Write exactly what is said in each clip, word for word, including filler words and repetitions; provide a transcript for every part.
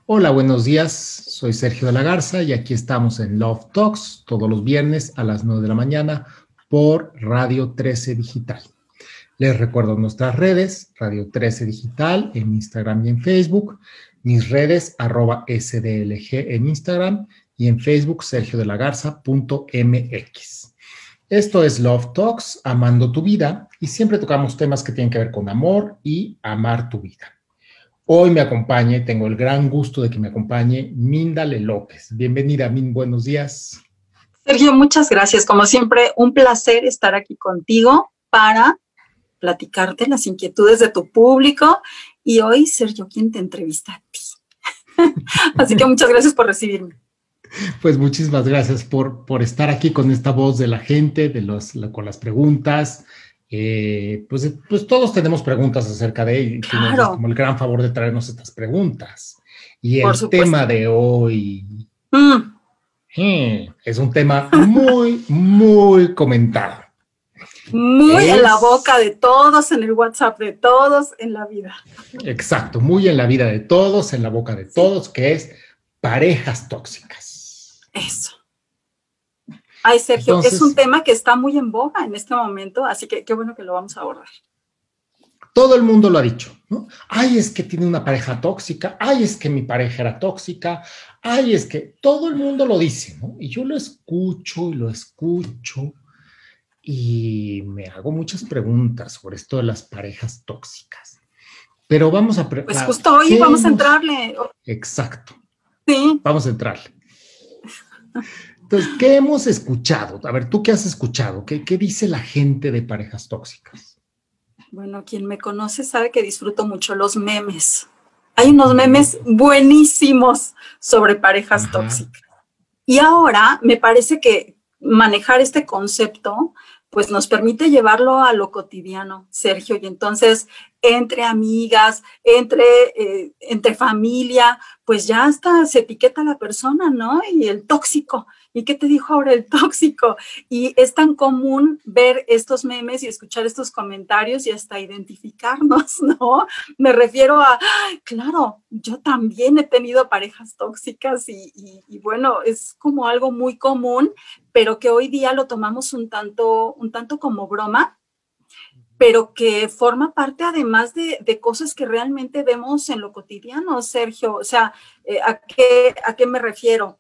Hola, buenos días. Soy Sergio de la Garza y aquí estamos en Love Talks todos los viernes a las nueve de la mañana por Radio trece Digital. Les recuerdo nuestras redes, Radio trece Digital en Instagram y en Facebook, mis redes arroba S D L G en Instagram y en Facebook sergio de la garza punto M X. Esto es Love Talks, amando tu vida, y siempre tocamos temas que tienen que ver con amor y amar tu vida. Hoy me acompaña y tengo el gran gusto de que me acompañe Míndale López. Bienvenida, Min, buenos días. Sergio, muchas gracias. Como siempre, un placer estar aquí contigo para platicarte las inquietudes de tu público. Y hoy, Sergio, ¿quién te entrevista a ti? Así que muchas gracias por recibirme. Pues muchísimas gracias por, por estar aquí con esta voz de la gente, de los, la, con las preguntas. Eh, pues, pues todos tenemos preguntas acerca de ello. Y tú nos das como el gran favor de traernos estas preguntas. Y el tema de hoy mm. eh, es un tema muy, muy comentado. Muy es... en la boca de todos, en el WhatsApp de todos, en la vida. Exacto, muy en la vida de todos, en la boca de todos, que es parejas tóxicas. Eso. Ay, Sergio, Entonces, es un tema que está muy en boga en este momento, así que qué bueno que lo vamos a abordar. Todo el mundo lo ha dicho, ¿no? Ay, es que tiene una pareja tóxica, ay, es que mi pareja era tóxica, ay, es que todo el mundo lo dice, ¿no? Y yo lo escucho y lo escucho y me hago muchas preguntas sobre esto de las parejas tóxicas. Pero vamos a... Pues justo hoy vamos hemos... a entrarle. Exacto. Sí. Vamos a entrarle. Entonces, ¿qué hemos escuchado? A ver, ¿tú qué has escuchado? ¿Qué, qué dice la gente de parejas tóxicas? Bueno, quien me conoce sabe que disfruto mucho los memes. Hay unos memes buenísimos sobre parejas Ajá. tóxicas. Y ahora me parece que manejar este concepto pues nos permite llevarlo a lo cotidiano, Sergio, y entonces entre amigas, entre, eh, entre familia, pues ya hasta se etiqueta a la persona, ¿no? Y el tóxico, ¿y qué te dijo ahora el tóxico? Y es tan común ver estos memes y escuchar estos comentarios y hasta identificarnos, ¿no? Me refiero a, claro, yo también he tenido parejas tóxicas y, y, y bueno, es como algo muy común, pero que hoy día lo tomamos un tanto, un tanto como broma, pero que forma parte además de, de cosas que realmente vemos en lo cotidiano, Sergio. O sea, eh, ¿a qué, a qué me refiero?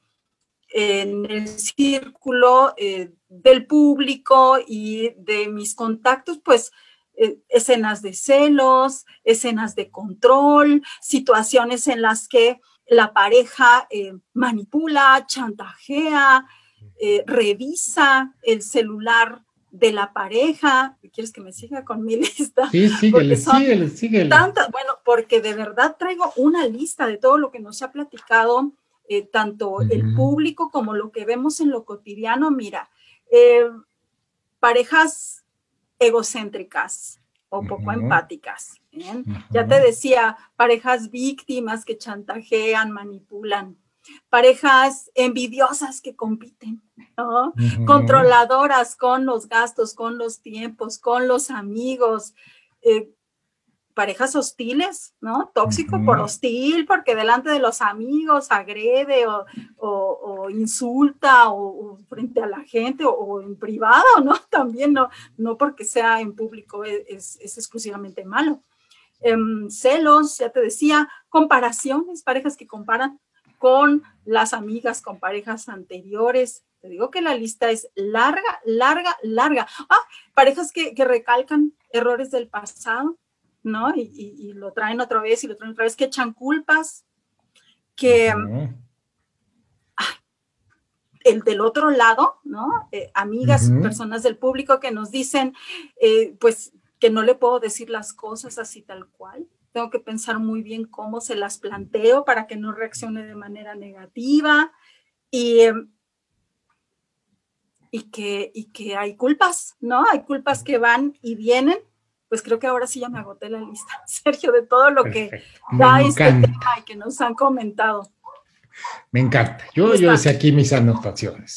En el círculo eh, del público y de mis contactos, pues, eh, escenas de celos, escenas de control, situaciones en las que la pareja eh, manipula, chantajea, eh, revisa el celular de la pareja. ¿Quieres que me siga con mi lista? Sí, síguele, síguele, síguele. Tantas, bueno, porque de verdad traigo una lista de todo lo que nos ha platicado eh, tanto uh-huh. el público como lo que vemos en lo cotidiano. Mira, eh, parejas egocéntricas o poco uh-huh. empáticas. ¿eh? Uh-huh. Ya te decía, parejas víctimas que chantajean, manipulan. Parejas envidiosas que compiten, ¿no? Uh-huh. Controladoras con los gastos, con los tiempos, con los amigos, eh, parejas hostiles, ¿no? Tóxico uh-huh. por hostil, porque delante de los amigos agrede o, o, o insulta o, o frente a la gente o, o en privado, ¿no? También no, no porque sea en público es, es exclusivamente malo. Eh, celos, ya te decía, comparaciones, parejas que comparan con las amigas, con parejas anteriores. Te digo que la lista es larga, larga, larga. Ah, parejas que, que recalcan errores del pasado, ¿no? Y, y, y lo traen otra vez y lo traen otra vez, que echan culpas, que uh-huh. ah, el del otro lado, ¿no? Eh, amigas, uh-huh. personas del público que nos dicen, eh, pues, que no le puedo decir las cosas así tal cual. Tengo que pensar muy bien cómo se las planteo para que no reaccione de manera negativa y, y, que, y que hay culpas, ¿no? Hay culpas que van y vienen. Pues creo que ahora sí ya me agoté la lista, Sergio, de todo lo Perfecto. que da este tema y que nos han comentado. Me encanta. Yo, yo decía aquí mis anotaciones.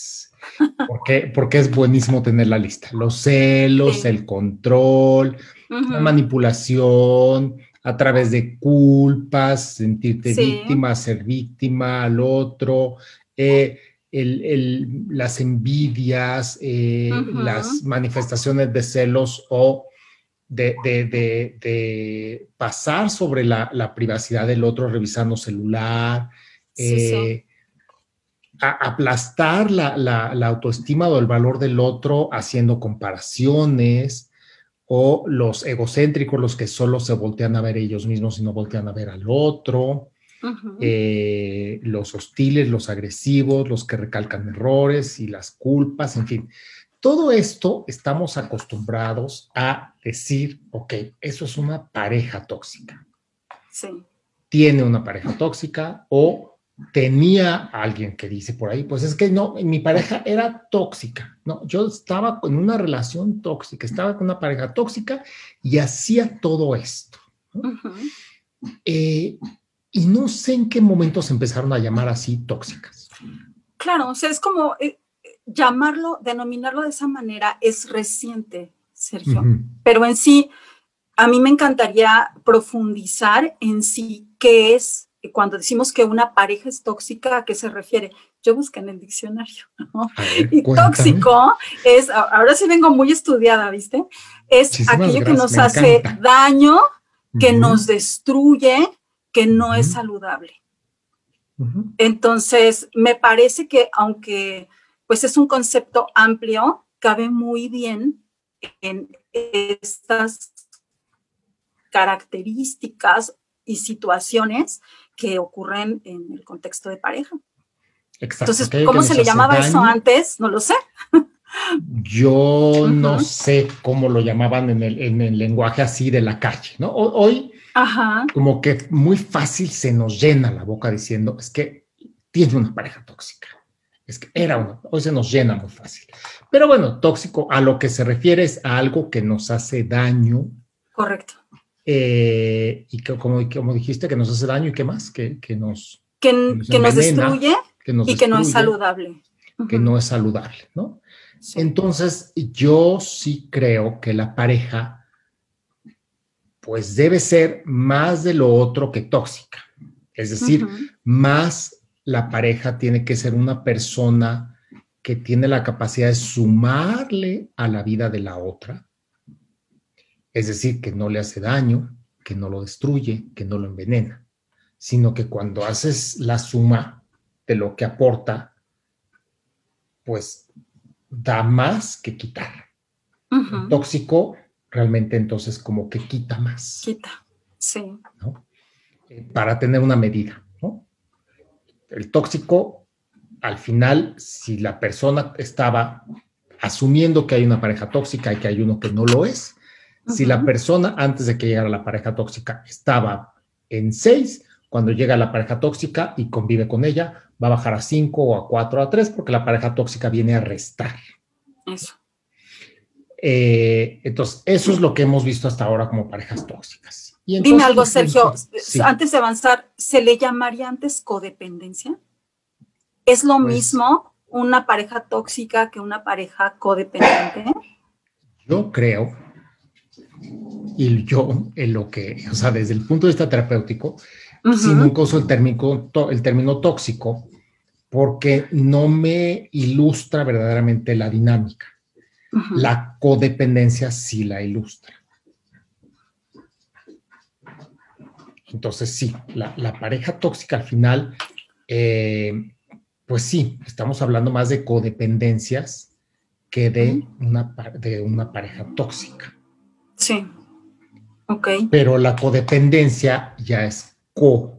Porque, porque es buenísimo tener la lista. Los celos, Sí. el control, Ujú. la manipulación, a través de culpas, sentirte Sí. víctima, ser víctima al otro, eh, el, el, las envidias, eh, Ujú. las manifestaciones de celos o de, de, de, de pasar sobre la, la, privacidad del otro revisando celular, Sí, sí. eh, a, aplastar la, la, la autoestima o el valor del otro haciendo comparaciones, o los egocéntricos, los que solo se voltean a ver ellos mismos y no voltean a ver al otro, Ujú. eh, los hostiles, los agresivos, los que recalcan errores y las culpas, en fin. Todo esto estamos acostumbrados a decir, ok, eso es una pareja tóxica. Sí. Tiene una pareja tóxica o tenía a alguien que dice por ahí, pues es que no, mi pareja era tóxica, no, yo estaba en una relación tóxica, estaba con una pareja tóxica y hacía todo esto, ¿no? Uh-huh. eh, y no sé en qué momento se empezaron a llamar así tóxicas. Claro, o sea, es como eh, llamarlo, denominarlo de esa manera es reciente, Sergio, uh-huh. Pero en sí, a mí me encantaría profundizar en sí qué es. Cuando decimos que una pareja es tóxica, ¿a qué se refiere? Yo busqué en el diccionario, ¿no? Ver, y cuéntame. Tóxico es, ahora sí vengo muy estudiada, ¿viste? Es Muchísimas aquello gracias, que nos hace encanta. Daño, que uh-huh. nos destruye, que no uh-huh. es saludable. Uh-huh. Entonces, me parece que aunque pues es un concepto amplio, cabe muy bien en estas características y situaciones que ocurren en el contexto de pareja. Exacto. Entonces, okay, ¿cómo se le llamaba daño? Eso antes? No lo sé. Yo uh-huh. no sé cómo lo llamaban en el, en el lenguaje así de la calle, ¿no? Hoy, uh-huh. como que muy fácil se nos llena la boca diciendo, es que tiene una pareja tóxica. Es que era una, hoy se nos llena muy fácil. Pero bueno, tóxico a lo que se refiere es a algo que nos hace daño. Correcto. Eh, y que, como, como dijiste, que nos hace daño y qué más, que, que nos que, que nos, que envenena, nos destruye que nos y destruye, que no es saludable. Que uh-huh. no es saludable, ¿no? Sí. Entonces, yo sí creo que la pareja, pues debe ser más de lo otro que tóxica. Es decir, uh-huh. más la pareja tiene que ser una persona que tiene la capacidad de sumarle a la vida de la otra. Es decir, que no le hace daño, que no lo destruye, que no lo envenena, sino que cuando haces la suma de lo que aporta, pues da más que quitar. Uh-huh. El tóxico realmente entonces como que quita más. Quita, sí. ¿No? Eh, para tener una medida, ¿no? El tóxico, al final, si la persona estaba asumiendo que hay una pareja tóxica y que hay uno que no lo es, si uh-huh. la persona, antes de que llegara la pareja tóxica, estaba en seis, cuando llega la pareja tóxica y convive con ella, va a bajar a cinco o a cuatro o a tres, porque la pareja tóxica viene a restar. Eso. Eh, entonces, eso es lo que hemos visto hasta ahora como parejas tóxicas. Y entonces, dime algo, Sergio, sí. Antes de avanzar, ¿se le llamaría antes codependencia? ¿Es lo pues, mismo una pareja tóxica que una pareja codependiente? Yo creo... Y yo, en lo que, o sea, desde el punto de vista terapéutico, uh-huh. sí nunca uso el término, el término tóxico porque no me ilustra verdaderamente la dinámica. Uh-huh. La codependencia sí la ilustra. Entonces, sí, la, la pareja tóxica al final, eh, pues sí, estamos hablando más de codependencias que de, uh-huh. una, de una pareja tóxica. Sí. Ok. Pero la codependencia ya es co.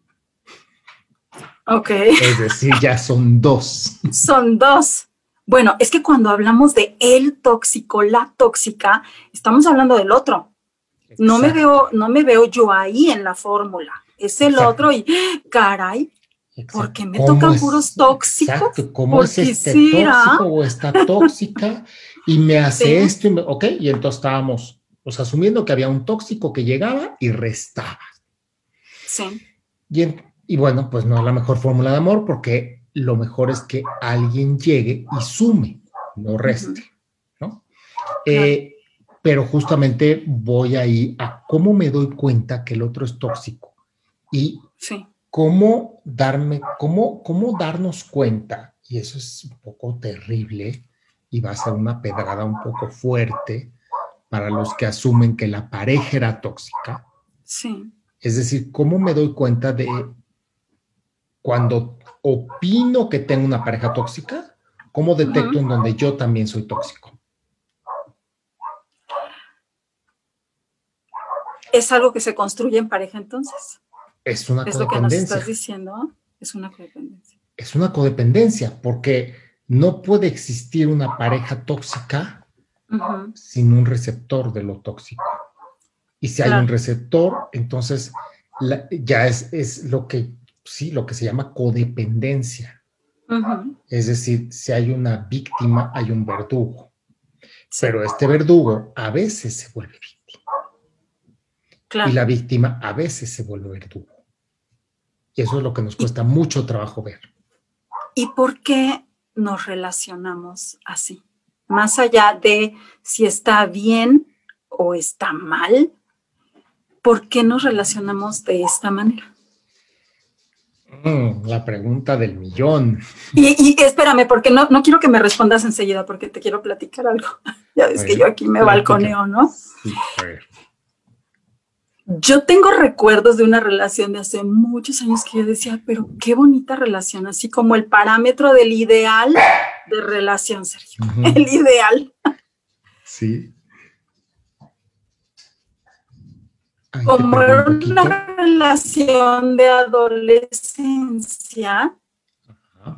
Ok. Es decir, ya son dos. Son dos. Bueno, es que cuando hablamos de el tóxico, la tóxica, estamos hablando del otro. Exacto. No me veo, no me veo yo ahí en la fórmula. Es el Exacto. Otro y, caray, Exacto. ¿por qué me tocan es, puros tóxicos? Exacto, ¿cómo es este tóxico o esta tóxica? Y me hace sí. esto, y me, ok, y entonces estábamos... Pues asumiendo que había un tóxico que llegaba y restaba. Sí. Y, en, y bueno, pues no es la mejor fórmula de amor porque lo mejor es que alguien llegue y sume, no reste, ¿no? Eh, pero justamente voy ahí a cómo me doy cuenta que el otro es tóxico y sí. cómo darme, cómo, cómo darnos cuenta, y eso es un poco terrible y va a ser una pedrada un poco fuerte para los que asumen que la pareja era tóxica. Sí. Es decir, cómo me doy cuenta de cuando opino que tengo una pareja tóxica, cómo detecto uh-huh. en donde yo también soy tóxico. ¿Es algo que se construye en pareja entonces? Es una es codependencia. Es lo que nos estás diciendo, es una codependencia. Es una codependencia, porque no puede existir una pareja tóxica uh-huh. sin un receptor de lo tóxico. Y si claro. hay un receptor, entonces la, ya es, es lo que, sí, lo que se llama codependencia. Uh-huh. Es decir, si hay una víctima, hay un verdugo. Sí. Pero este verdugo a veces se vuelve víctima. Claro. Y la víctima a veces se vuelve verdugo. Y eso es lo que nos cuesta mucho trabajo ver. ¿Y por qué nos relacionamos así? Más allá de si está bien o está mal, ¿por qué nos relacionamos de esta manera? Mm, la pregunta del millón. Y, y espérame, porque no, no quiero que me respondas enseguida, porque te quiero platicar algo. Ya ves que yo aquí me balconeo, ¿no? Sí, a ver. Yo tengo recuerdos de una relación de hace muchos años que yo decía, pero qué bonita relación, así como el parámetro del ideal de relación, Sergio. Uh-huh. El ideal. Sí. Ay, como era una relación de adolescencia. Uh-huh.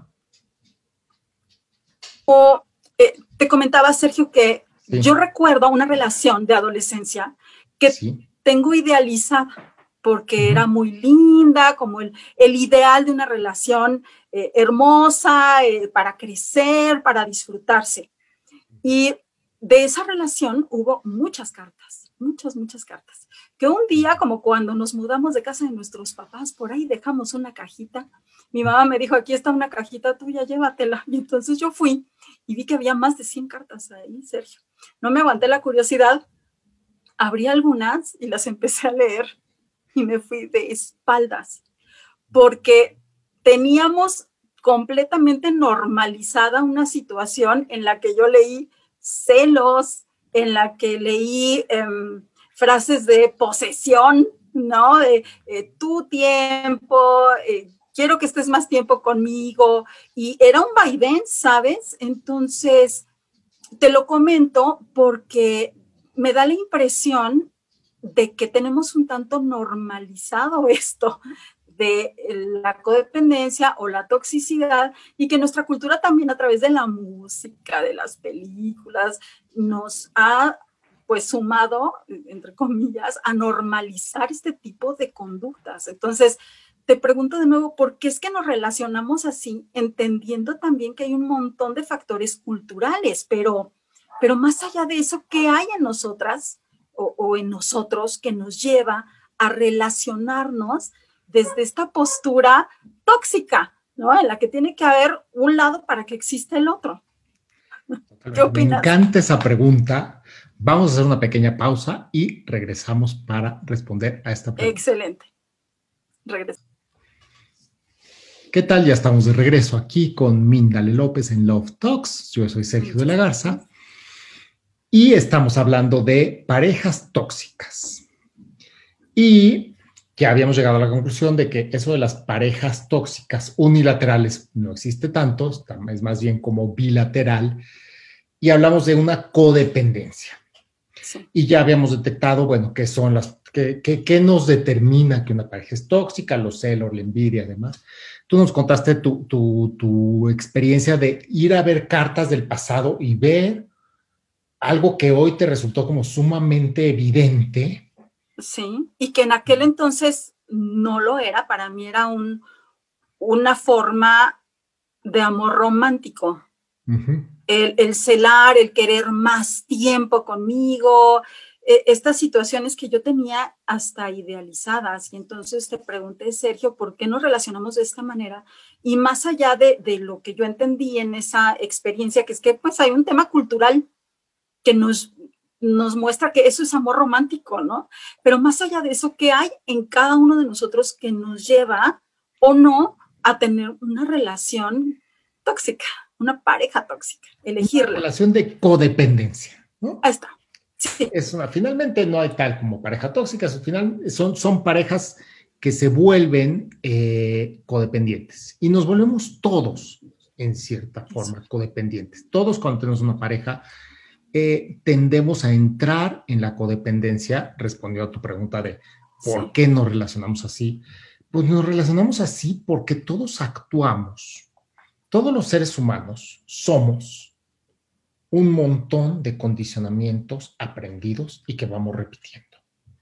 O eh, te comentaba, Sergio, que sí. yo recuerdo una relación de adolescencia que sí. tengo idealizada porque uh-huh. era muy linda, como el, el ideal de una relación eh, hermosa, eh, para crecer, para disfrutarse. Y de esa relación hubo muchas cartas, muchas, muchas cartas. Que un día, como cuando nos mudamos de casa de nuestros papás, por ahí dejamos una cajita. Mi mamá me dijo, aquí está una cajita tuya, llévatela. Y entonces yo fui y vi que había más de cien cartas ahí, Sergio. No me aguanté la curiosidad, abrí algunas y las empecé a leer y me fui de espaldas porque teníamos completamente normalizada una situación en la que yo leí celos, en la que leí eh, frases de posesión, ¿no? De eh, tu tiempo, eh, quiero que estés más tiempo conmigo, y era un vaivén, ¿sabes? Entonces, te lo comento porque me da la impresión de que tenemos un tanto normalizado esto de la codependencia o la toxicidad, y que nuestra cultura también a través de la música, de las películas, nos ha pues sumado, entre comillas, a normalizar este tipo de conductas. Entonces, te pregunto de nuevo, ¿por qué es que nos relacionamos así? Entendiendo también que hay un montón de factores culturales, pero, pero más allá de eso, ¿qué hay en nosotras o, o en nosotros que nos lleva a relacionarnos desde esta postura tóxica, ¿no? En la que tiene que haber un lado para que exista el otro? ¿Qué opinas? Me encanta esa pregunta. Vamos a hacer una pequeña pausa y regresamos para responder a esta pregunta. Excelente. Regresamos. ¿Qué tal? Ya estamos de regreso aquí con Mindale López en Love Talks. Yo soy Sergio de la Garza y estamos hablando de parejas tóxicas. Y ya habíamos llegado a la conclusión de que eso de las parejas tóxicas unilaterales no existe tanto, es más bien como bilateral, y hablamos de una codependencia. Sí. Y ya habíamos detectado, bueno, qué son las, qué, qué, qué nos determina que una pareja es tóxica, los celos, la envidia, además. Tú nos contaste tu, tu, tu experiencia de ir a ver cartas del pasado y ver algo que hoy te resultó como sumamente evidente. Sí, y que en aquel entonces no lo era, para mí era un, una forma de amor romántico. Uh-huh. El, el celar, el querer más tiempo conmigo, eh, estas situaciones que yo tenía hasta idealizadas. Y entonces te pregunté, Sergio, ¿por qué nos relacionamos de esta manera? Y más allá de, de lo que yo entendí en esa experiencia, que es que pues hay un tema cultural que nos, nos muestra que eso es amor romántico, ¿no? Pero más allá de eso, ¿qué hay en cada uno de nosotros que nos lleva o no a tener una relación tóxica, una pareja tóxica? Elegirla. Una relación de codependencia, ¿no? Ahí está. Sí. Es una, finalmente no hay tal como pareja tóxica, al final son, son parejas que se vuelven eh, codependientes y nos volvemos todos en cierta forma Eso. codependientes. Todos cuando tenemos una pareja eh, tendemos a entrar en la codependencia, respondiendo a tu pregunta de por sí. qué nos relacionamos así. Pues nos relacionamos así porque todos actuamos, todos los seres humanos somos un montón de condicionamientos aprendidos y que vamos repitiendo.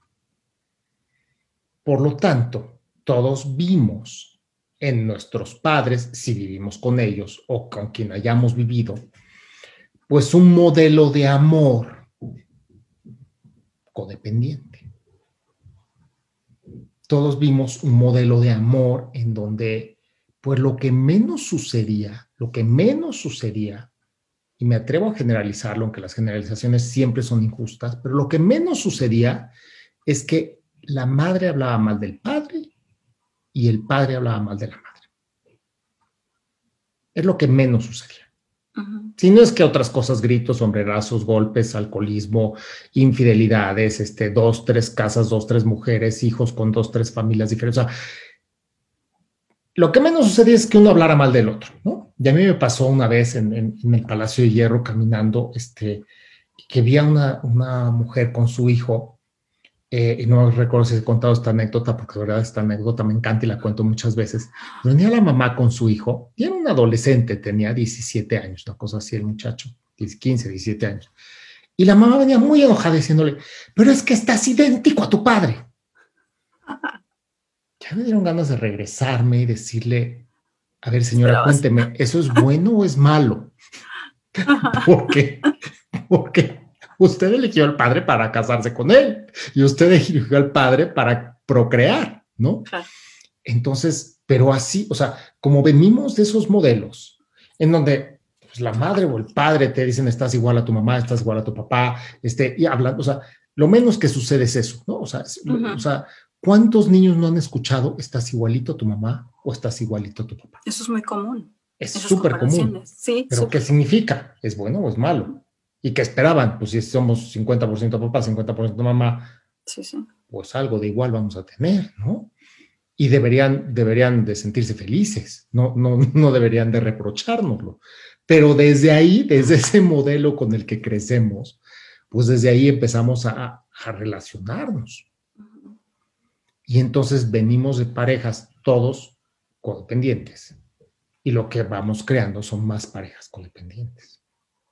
Por lo tanto, todos vimos en nuestros padres, si vivimos con ellos o con quien hayamos vivido, pues un modelo de amor codependiente. Todos vimos un modelo de amor en donde, pues lo que menos sucedía, lo que menos sucedía, y me atrevo a generalizarlo, aunque las generalizaciones siempre son injustas, pero lo que menos sucedía es que la madre hablaba mal del padre y el padre hablaba mal de la madre. Es lo que menos sucedía. Uh-huh. Si no es que otras cosas, gritos, sombrerazos, golpes, alcoholismo, infidelidades, este, dos, tres casas, dos, tres mujeres, hijos con dos, tres familias diferentes. O sea, lo que menos sucedía es que uno hablara mal del otro, ¿no? Y a mí me pasó una vez en, en, en el Palacio de Hierro caminando, este, que vi a una, una mujer con su hijo, eh, y no recuerdo si he contado esta anécdota, porque de verdad esta anécdota me encanta y la cuento muchas veces. Venía la mamá con su hijo, y era un adolescente, tenía diecisiete años, una cosa así el muchacho, quince, diecisiete años. Y la mamá venía muy enojada diciéndole, pero es que estás idéntico a tu padre. Ya me dieron ganas de regresarme y decirle, a ver, señora, cuénteme, ¿eso es bueno o es malo? ¿Por qué? Porque usted eligió al padre para casarse con él y usted eligió al padre para procrear, ¿no? Claro. Entonces, pero así, o sea, como venimos de esos modelos en donde pues, la madre o el padre te dicen estás igual a tu mamá, estás igual a tu papá, este, y hablando, o sea, lo menos que sucede es eso, ¿no? O sea, uh-huh. o sea, ¿cuántos niños no han escuchado estás igualito a tu mamá o estás igualito a tu papá? Eso es muy común. Es súper común. Sí, ¿Pero super. qué significa? ¿Es bueno o es malo? ¿Y qué esperaban? Pues si somos cincuenta por ciento papá, cincuenta por ciento mamá, sí, sí. pues algo de igual vamos a tener, ¿no? Y deberían, deberían de sentirse felices, no, no, no deberían de reprochárnoslo. Pero desde ahí, desde ese modelo con el que crecemos, pues desde ahí empezamos a, a relacionarnos. Y entonces venimos de parejas todos codependientes. Y lo que vamos creando son más parejas codependientes.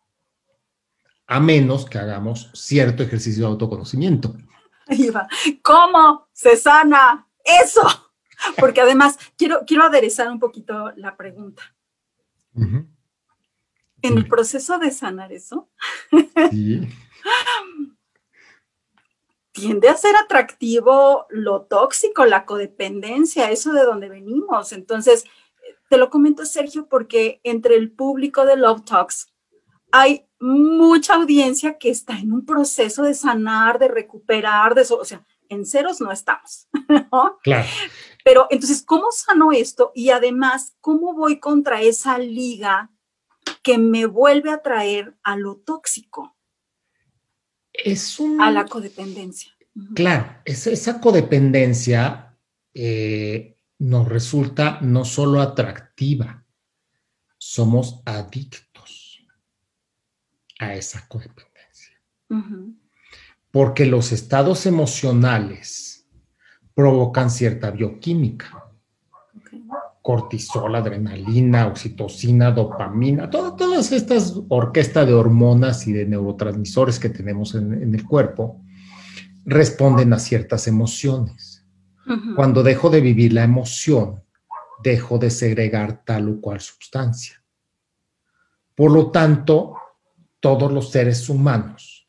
A menos que hagamos cierto ejercicio de autoconocimiento. Ahí va. ¿Cómo se sana eso? Porque además quiero, quiero aderezar un poquito la pregunta. Uh-huh. En el proceso de sanar eso, sí. tiende a ser atractivo lo tóxico, la codependencia, eso de donde venimos. Entonces, te lo comento, Sergio, porque entre el público de Love Talks hay mucha audiencia que está en un proceso de sanar, de recuperar, de eso, o sea, en ceros no estamos, ¿no? Claro. Pero entonces, ¿cómo sano esto? Y además, ¿cómo voy contra esa liga que me vuelve a traer a lo tóxico? Es un... A la codependencia. Claro, es, esa codependencia eh, nos resulta no solo atractiva, somos adictos a esa codependencia. Uh-huh. Porque los estados emocionales provocan cierta bioquímica. Okay. Cortisol, adrenalina, oxitocina, dopamina, todo, todas estas orquestas de hormonas y de neurotransmisores que tenemos en, en el cuerpo responden a ciertas emociones. Uh-huh. Cuando dejo de vivir la emoción, dejo de segregar tal o cual sustancia. Por lo tanto, todos los seres humanos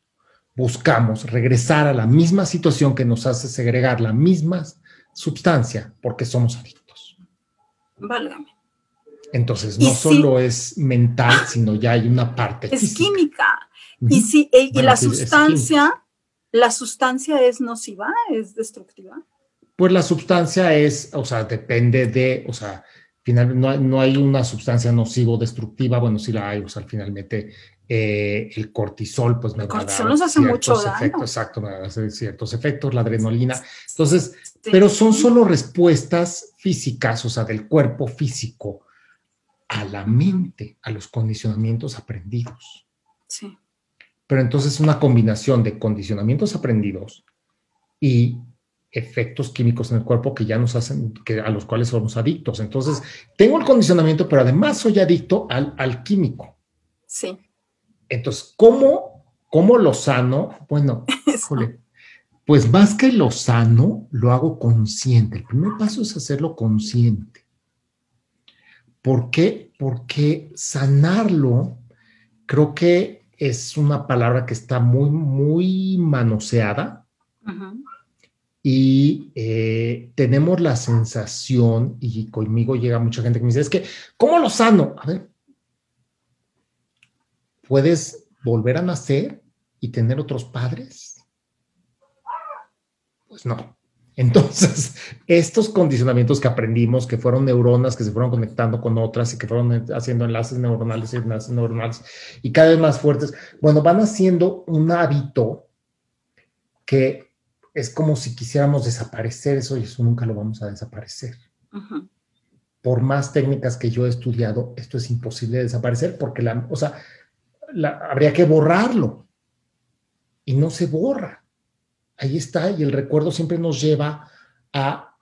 buscamos regresar a la misma situación que nos hace segregar la misma sustancia porque somos adictos. Válgame. Entonces, no solo si, es mental, sino ya hay una parte es física. Química. Uh-huh. Y, si, y bueno, la sí, sustancia, es la sustancia es nociva, es destructiva. Pues la sustancia es, o sea, depende de, o sea, finalmente no hay, no hay una sustancia nociva o destructiva, bueno, sí la hay, o sea, finalmente eh, el cortisol, pues me el va cortisol a dar nos hace mucho efectos, daño. exacto, me va a hacer ciertos efectos, la adrenalina. Entonces, sí. Pero son solo respuestas físicas, o sea, del cuerpo físico a la mente, a los condicionamientos aprendidos. Sí. Pero entonces una combinación de condicionamientos aprendidos y efectos químicos en el cuerpo que ya nos hacen, que, a los cuales somos adictos. Entonces, tengo el condicionamiento, pero además soy adicto al, al químico. Sí. Entonces, ¿cómo, cómo lo sano? Bueno, híjole, pues más que lo sano, lo hago consciente. El primer paso es hacerlo consciente. ¿Por qué? Porque sanarlo, creo que es una palabra que está muy, muy manoseada. Uh-huh. Y eh, tenemos la sensación, y conmigo llega mucha gente que me dice, es que, ¿cómo lo sano? A ver, ¿puedes volver a nacer y tener otros padres? Pues no. Entonces, estos condicionamientos que aprendimos, que fueron neuronas que se fueron conectando con otras y que fueron haciendo enlaces neuronales y enlaces neuronales y cada vez más fuertes, bueno, van haciendo un hábito que es como si quisiéramos desaparecer eso y eso nunca lo vamos a desaparecer. Uh-huh. Por más técnicas que yo he estudiado, esto es imposible de desaparecer porque la, o sea, la, habría que borrarlo y no se borra. Ahí está y el recuerdo siempre nos lleva a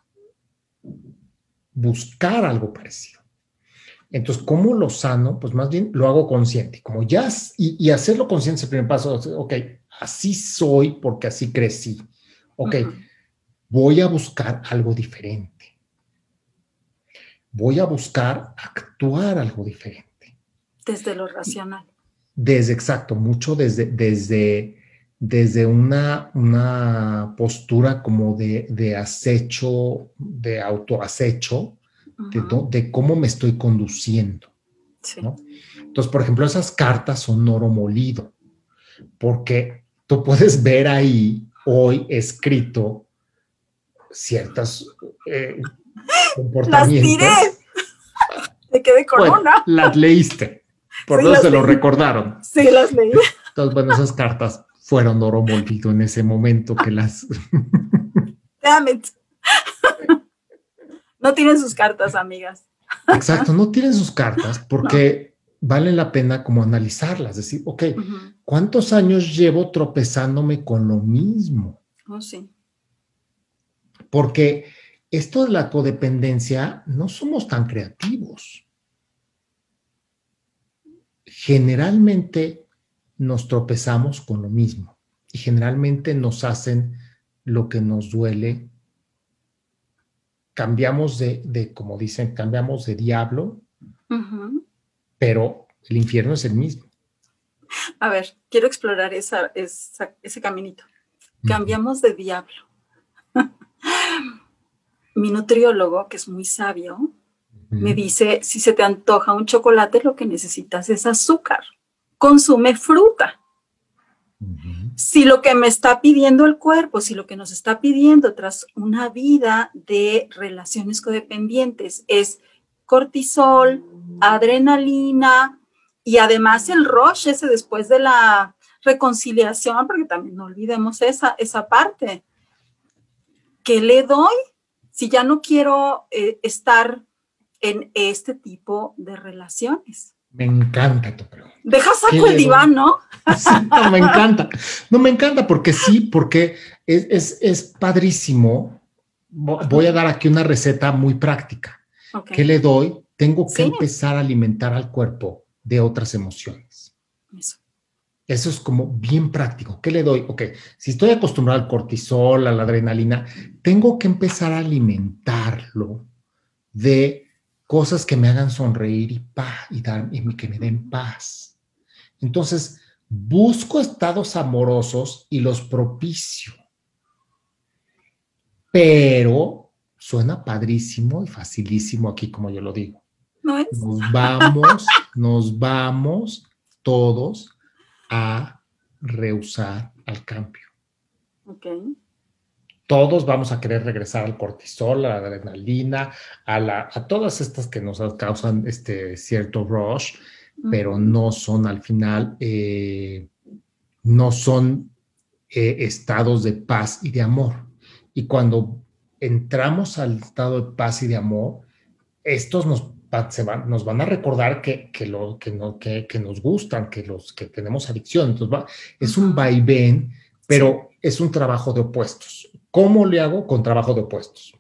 buscar algo parecido. Entonces, ¿cómo lo sano? Pues más bien lo hago consciente. Como ya, y, y hacerlo consciente es el primer paso. Ok, así soy porque así crecí. Ok, uh-huh. Voy a buscar algo diferente. Voy a buscar actuar algo diferente. Desde lo racional. Desde, exacto, mucho desde, desde, desde una, una postura como de, de acecho, de autoacecho, uh-huh. de, de cómo me estoy conduciendo. Sí. ¿No? Entonces, por ejemplo, esas cartas son oro molido, porque tú puedes ver ahí hoy escrito ciertos eh, comportamientos. ¡Las tiré! Me quedé con bueno, una. Las leíste, por sí, eso se leí. lo recordaron. Sí, las leí. Entonces, bueno, esas cartas fueron oro molido en ese momento que las... Damn it. No tienen sus cartas, amigas. Exacto, no tienen sus cartas porque no. Vale la pena como analizarlas, decir, ok, uh-huh. ¿cuántos años llevo tropezándome con lo mismo? Oh, sí. Porque esto de la codependencia, no somos tan creativos. Generalmente nos tropezamos con lo mismo y generalmente nos hacen lo que nos duele. Cambiamos de, de como dicen, cambiamos de diablo, uh-huh. pero el infierno es el mismo. A ver, quiero explorar esa, esa, ese caminito. Cambiamos uh-huh. de diablo. Mi nutriólogo, que es muy sabio, uh-huh. me dice, si se te antoja un chocolate, lo que necesitas es azúcar. Consume fruta. Uh-huh. Si lo que me está pidiendo el cuerpo, si lo que nos está pidiendo tras una vida de relaciones codependientes es cortisol, adrenalina y además el rush ese después de la reconciliación, porque también no olvidemos esa, esa parte. ¿Qué le doy si ya no quiero eh, estar en este tipo de relaciones? Me encanta tu pregunta. Deja saco el diván, ¿no? Sí, no, me encanta. No, me encanta porque sí, porque es, es, es padrísimo. Voy a dar aquí una receta muy práctica. Okay. ¿Qué le doy? Tengo que sí. empezar a alimentar al cuerpo de otras emociones. Eso. Eso es como bien práctico. ¿Qué le doy? Ok, si estoy acostumbrado al cortisol, a la adrenalina, tengo que empezar a alimentarlo de cosas que me hagan sonreír y, paz, y, dar, y que me den paz. Entonces, busco estados amorosos y los propicio. Pero suena padrísimo y facilísimo aquí, como yo lo digo. ¿No es? Nos vamos, nos vamos todos a rehusar al cambio. Ok. Todos vamos a querer regresar al cortisol, a la adrenalina, a, la, a todas estas que nos causan este cierto rush, uh-huh. pero no son al final, eh, no son eh, estados de paz y de amor. Y cuando entramos al estado de paz y de amor, estos nos, se van, nos van a recordar que, que, lo, que, no, que, que nos gustan, que, los, que tenemos adicción. Entonces va, es uh-huh. un vaivén, pero sí. es un trabajo de opuestos. ¿Cómo le hago? Con trabajo de opuestos.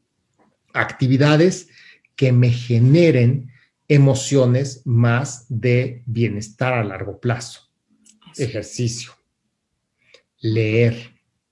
Actividades que me generen emociones más de bienestar a largo plazo. Eso. Ejercicio, leer.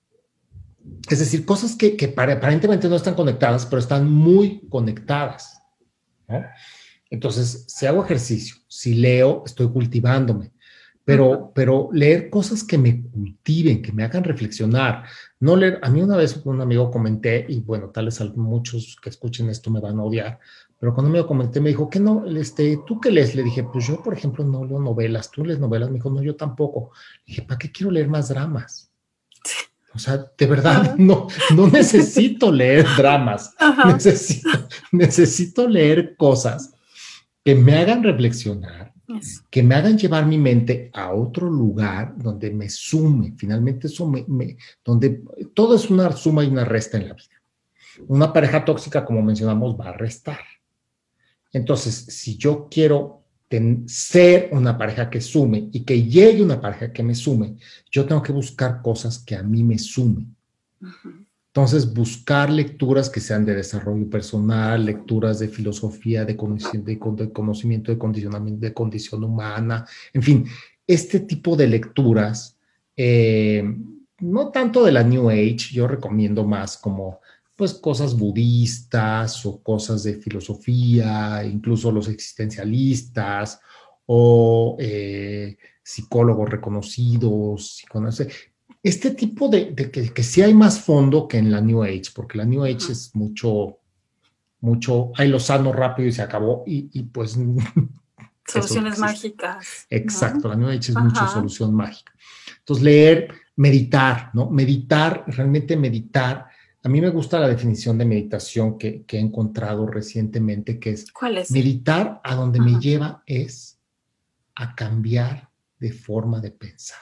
Es decir, cosas que, que aparentemente no están conectadas, pero están muy conectadas, ¿no? Entonces, si hago ejercicio, si leo, estoy cultivándome. Pero, uh-huh. pero leer cosas que me cultiven, que me hagan reflexionar. No leer, a mí una vez con un amigo comenté, y bueno, tal vez muchos que escuchen esto me van a odiar, pero cuando me lo comenté me dijo, ¿qué no? Este, ¿tú qué lees? Le dije, pues yo, por ejemplo, no leo novelas. ¿Tú lees novelas? Me dijo, no, yo tampoco. Le dije, ¿para qué quiero leer más dramas? O sea, de verdad, uh-huh. no, no necesito leer dramas. Uh-huh. Necesito, necesito leer cosas que me hagan reflexionar, yes. que me hagan llevar mi mente a otro lugar donde me sume. Finalmente, eso me, me, donde todo es una suma y una resta en la vida. Una pareja tóxica, como mencionamos, va a restar. Entonces, si yo quiero ten, ser una pareja que sume y que llegue una pareja que me sume, yo tengo que buscar cosas que a mí me sumen. Uh-huh. Entonces, buscar lecturas que sean de desarrollo personal, lecturas de filosofía, de conocimiento, de conocimiento de, condicionamiento, de condición humana, en fin, este tipo de lecturas, eh, no tanto de la New Age, yo recomiendo más como pues cosas budistas o cosas de filosofía, incluso los existencialistas o eh, psicólogos reconocidos, psicoanalistas. Este tipo de, de que, que sí hay más fondo que en la New Age, porque la New Age es mucho, mucho, hay lo sano rápido y se acabó, y, y pues... Soluciones mágicas. Exacto, ¿no? La New Age es Ajá. mucho solución mágica. Entonces, leer, meditar, ¿no? Meditar, realmente meditar. A mí me gusta la definición de meditación que, que he encontrado recientemente, que es... ¿Cuál es? Meditar a donde Ajá. me lleva es a cambiar de forma de pensar.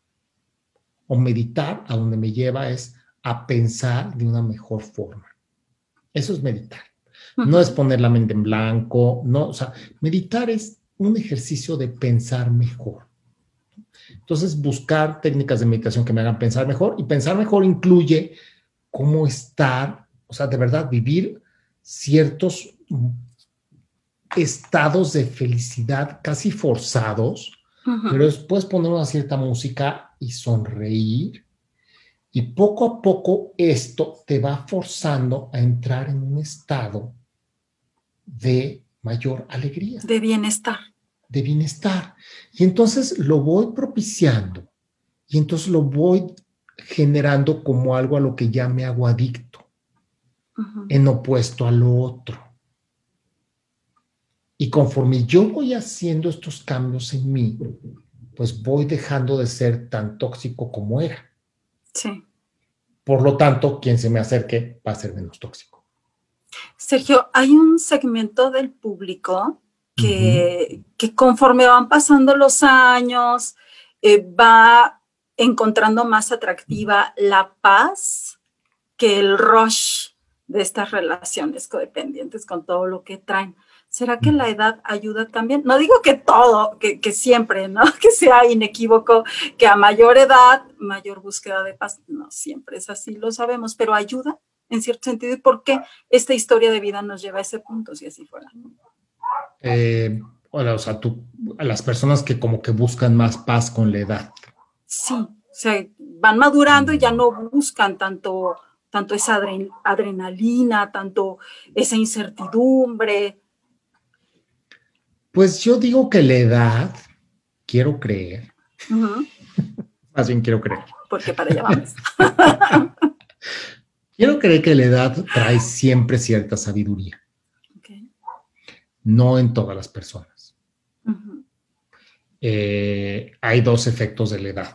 O meditar a donde me lleva es a pensar de una mejor forma. Eso es meditar. Uh-huh. No es poner la mente en blanco, no, o sea, meditar es un ejercicio de pensar mejor. Entonces, buscar técnicas de meditación que me hagan pensar mejor, y pensar mejor incluye cómo estar, o sea, de verdad, vivir ciertos estados de felicidad casi forzados, uh-huh. pero después poner una cierta música y sonreír, y poco a poco esto te va forzando a entrar en un estado de mayor alegría. De bienestar. De bienestar. Y entonces lo voy propiciando, y entonces lo voy generando como algo a lo que ya me hago adicto, uh-huh. en opuesto a lo otro. Y conforme yo voy haciendo estos cambios en mí, pues voy dejando de ser tan tóxico como era. Sí. Por lo tanto, quien se me acerque va a ser menos tóxico. Sergio, hay un segmento del público que, uh-huh. que conforme van pasando los años, eh, va encontrando más atractiva la paz que el rush de estas relaciones codependientes con todo lo que traen. ¿Será que la edad ayuda también? No digo que todo, que, que siempre, ¿no? Que sea inequívoco, que a mayor edad, mayor búsqueda de paz. No siempre es así, lo sabemos, pero ayuda en cierto sentido. ¿Y por qué esta historia de vida nos lleva a ese punto, si así fuera? Eh, o sea, tú, a las personas que como que buscan más paz con la edad. Sí, o sea, van madurando y ya no buscan tanto, tanto esa adren- adrenalina, tanto esa incertidumbre. Pues yo digo que la edad, quiero creer, Uh-huh. Más bien quiero creer. Porque para allá vamos. Quiero creer que la edad trae siempre cierta sabiduría. Okay. No en todas las personas. Uh-huh. Eh, hay dos efectos de la edad.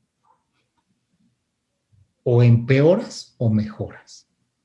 O empeoras o mejoras.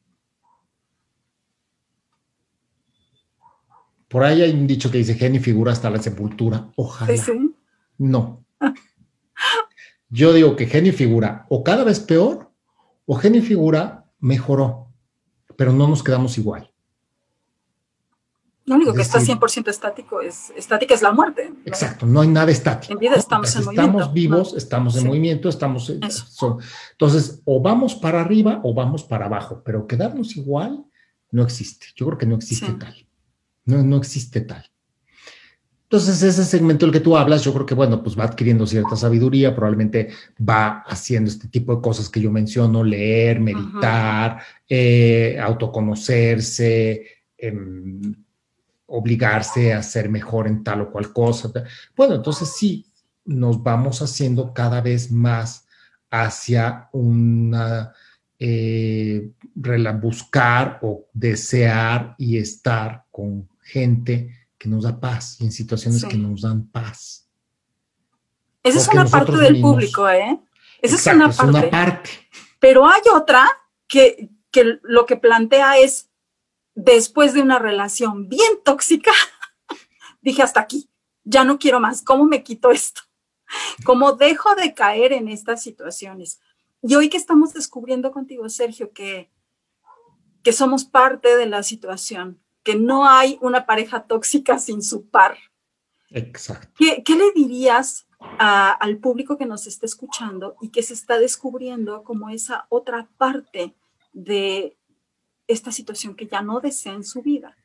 Por ahí hay un dicho que dice, genio y figura hasta la sepultura. Ojalá. ¿Sí, sí? No. Yo digo que genio y figura o cada vez peor o genio y figura mejoró, pero no nos quedamos igual. Lo único Es que decir, está cien por ciento estático es, estática es la muerte, ¿no? Exacto, no hay nada estático. En vida estamos Entonces, en movimiento. Estamos vivos, ¿no? estamos en Sí. movimiento, estamos... En, son, entonces, o vamos para arriba o vamos para abajo, pero quedarnos igual no existe. Yo creo que no existe sí. tal. No, no existe tal. Entonces, ese segmento del que tú hablas, yo creo que, bueno, pues va adquiriendo cierta sabiduría, probablemente va haciendo este tipo de cosas que yo menciono, leer, meditar, uh-huh. eh, autoconocerse, eh, obligarse a ser mejor en tal o cual cosa. Bueno, entonces sí, nos vamos haciendo cada vez más hacia una, eh, buscar o desear y estar con gente que nos da paz y en situaciones sí. que nos dan paz. Esa es una parte del mismos, público, ¿eh? Esa exacto, es, una, es parte. una parte. Pero hay otra que, que lo que plantea es, después de una relación bien tóxica, dije hasta aquí, ya no quiero más, ¿cómo me quito esto? ¿Cómo dejo de caer en estas situaciones? Y hoy que estamos descubriendo contigo, Sergio, que, que somos parte de la situación, que no hay una pareja tóxica sin su par. Exacto. ¿Qué, qué le dirías a, al público que nos está escuchando y que se está descubriendo como esa otra parte de esta situación que ya no desea en su vida?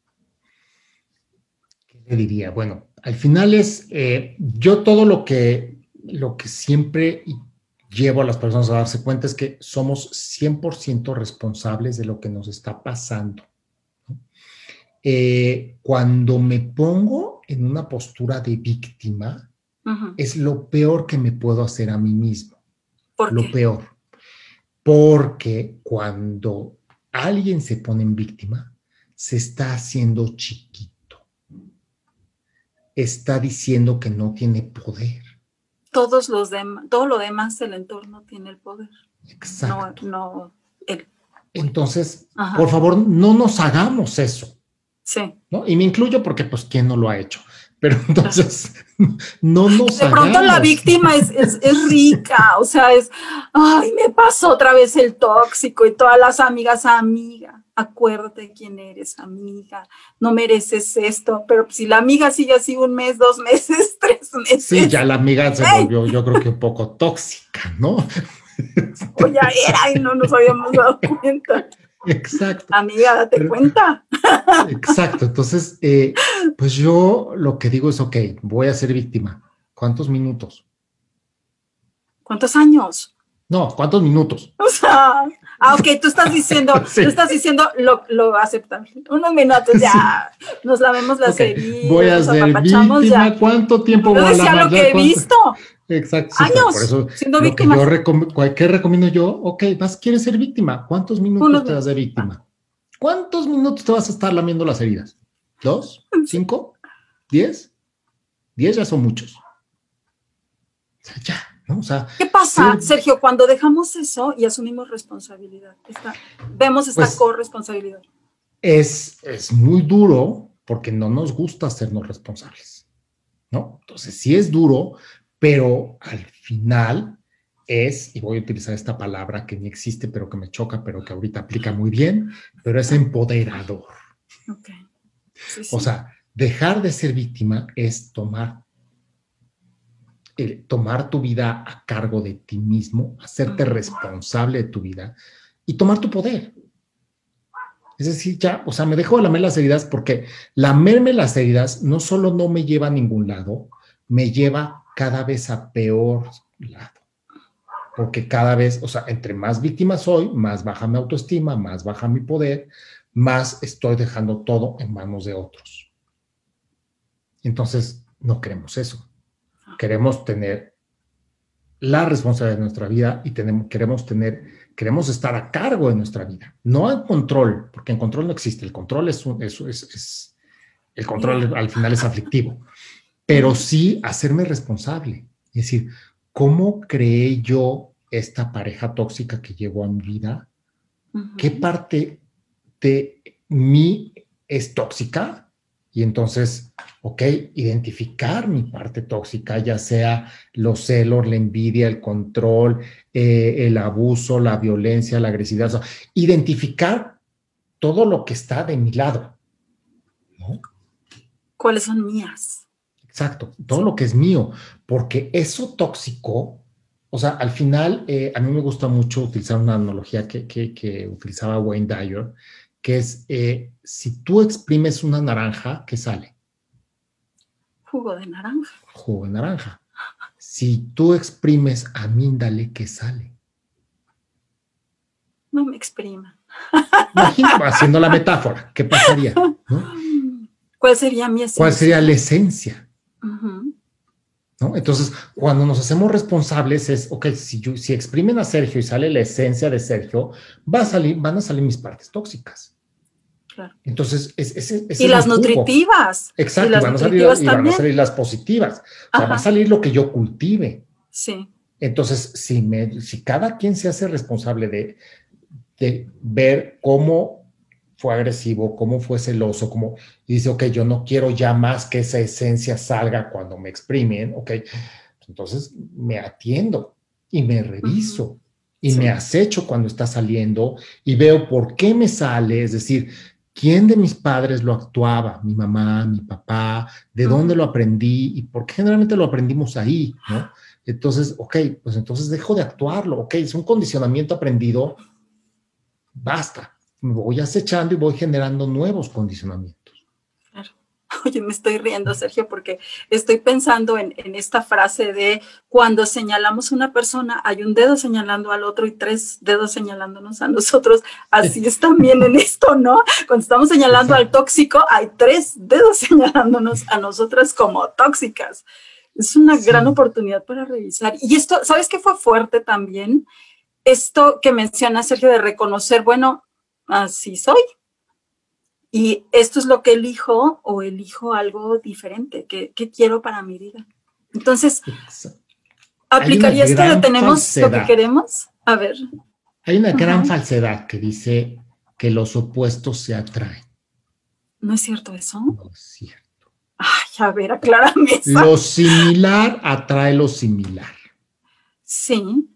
¿Qué le diría? Bueno, al final es, eh, yo todo lo que, lo que siempre llevo a las personas a darse cuenta es que somos cien por ciento responsables de lo que nos está pasando. Eh, cuando me pongo en una postura de víctima, uh-huh. es lo peor que me puedo hacer a mí mismo. ¿Por lo qué? peor. Porque cuando alguien se pone en víctima, se está haciendo chiquito. Está diciendo que no tiene poder. Todos los dem- todo lo demás del entorno tiene el poder. Exacto. No, no él. Entonces, Ajá. por favor, no nos hagamos eso. Sí. ¿No? Y me incluyo porque, pues, ¿quién no lo ha hecho? Pero entonces, no nos De hagamos. pronto la víctima es, es, es rica, o sea, es, ay, me pasó otra vez el tóxico y todas las amigas, amiga, acuérdate de quién eres, amiga, no mereces esto, pero si la amiga sigue así un mes, dos meses, tres meses. Sí, ya la amiga se ¡Ey! volvió, yo creo que un poco tóxica, ¿no? O ya era y no nos habíamos dado cuenta. Exacto. Amiga, date Pero, cuenta. Exacto. Entonces, eh, pues yo lo que digo es, ok, voy a ser víctima. ¿Cuántos minutos? ¿Cuántos años? No, ¿cuántos minutos? O sea, ah, ok, tú estás diciendo, sí. tú estás diciendo lo, lo aceptable. Unos minutos ya, sí. nos lavemos las okay. heridas, voy a ser víctima. Ya. ¿Cuánto tiempo voy a lavar? Yo decía lo que he ¿Cuánto? visto. Exacto. Sí, Años por eso, siendo lo víctima. Que yo recom- ¿Qué recomiendo yo? Ok, vas, ¿quieres ser víctima? ¿Cuántos minutos Unos te das de víctima? ¿Cuántos minutos te vas a estar lamiendo las heridas? ¿Dos? ¿Cinco? ¿Diez? Diez ya son muchos. O sea, ya, ¿no? O sea, ¿qué pasa, sí, Sergio, cuando dejamos eso y asumimos responsabilidad? Esta, vemos esta pues, corresponsabilidad. Es, es muy duro porque no nos gusta hacernos responsables, ¿no? Entonces, sí es duro, pero al final es, y voy a utilizar esta palabra que ni existe, pero que me choca, pero que ahorita aplica muy bien, pero es empoderador. Okay. Sí, sí. O sea, dejar de ser víctima es tomar, eh, tomar tu vida a cargo de ti mismo, hacerte uh-huh. responsable de tu vida y tomar tu poder. Es decir, ya, o sea, me dejo de lamer las heridas porque lamerme las heridas no solo no me lleva a ningún lado, me lleva cada vez a peor lado. Porque cada vez, o sea, entre más víctima soy, más baja mi autoestima, más baja mi poder, más estoy dejando todo en manos de otros. Entonces, no queremos eso. Queremos tener la responsabilidad de nuestra vida y tenemos, queremos tener, queremos estar a cargo de nuestra vida, no en control, porque en control no existe, el control es, un, es, es, es el control al final es aflictivo, pero sí hacerme responsable, es decir, ¿cómo creé yo esta pareja tóxica que llegó a mi vida? Uh-huh. ¿Qué parte de mí es tóxica? Y entonces, ok, identificar mi parte tóxica, ya sea los celos, la envidia, el control, eh, el abuso, la violencia, la agresividad. O sea, identificar todo lo que está de mi lado, ¿no? ¿Cuáles son mías? Exacto, todo sí. Lo que es mío, porque eso tóxico, o sea, al final, eh, a mí me gusta mucho utilizar una analogía que, que, que utilizaba Wayne Dyer, que es, eh, si tú exprimes una naranja, ¿qué sale? Jugo de naranja. Jugo de naranja. Si tú exprimes amíndale, ¿qué sale? No me exprima. Imagínate, haciendo la metáfora, ¿qué pasaría? ¿No? ¿Cuál sería mi esencia? ¿Cuál sería la esencia? Uh-huh. ¿No? Entonces, cuando nos hacemos responsables es, ok, si, yo, si exprimen a Sergio y sale la esencia de Sergio, va a salir, van a salir mis partes tóxicas. Claro. Entonces, es, es, es y es las nutritivas. Exacto, y, las y, van, nutritivas a salir, y van a salir las positivas. O sea, va a salir lo que yo cultive. Sí. Entonces, si, me, si cada quien se hace responsable de, de ver cómo fue agresivo, cómo fue celoso, cómo, y dice, ok, yo no quiero ya más que esa esencia salga cuando me exprimen, ok, entonces me atiendo y me reviso uh-huh. y sí. me acecho cuando está saliendo y veo por qué me sale, es decir, quién de mis padres lo actuaba, mi mamá, mi papá, de uh-huh. dónde lo aprendí y por qué generalmente lo aprendimos ahí, ¿no? Entonces, ok, pues entonces dejo de actuarlo, ok, es un condicionamiento aprendido, basta. Me voy acechando y voy generando nuevos condicionamientos. Claro. Oye, me estoy riendo, Sergio, porque estoy pensando en, en esta frase de cuando señalamos a una persona, hay un dedo señalando al otro y tres dedos señalándonos a nosotros. Así es también en esto, ¿no? Cuando estamos señalando Exacto. al tóxico, hay tres dedos señalándonos a nosotras como tóxicas. Es una sí. gran oportunidad para revisar. Y esto, ¿sabes qué fue fuerte también? Esto que menciona Sergio de reconocer, bueno, así soy. Y esto es lo que elijo o elijo algo diferente que, que quiero para mi vida. Entonces, ¿aplicaría esto de tenemos falsedad. Lo que queremos? A ver. Hay una gran uh-huh. falsedad que dice que los opuestos se atraen. ¿No es cierto eso? No es cierto. Ay, a ver, aclárame eso. Lo similar atrae lo similar. Sí.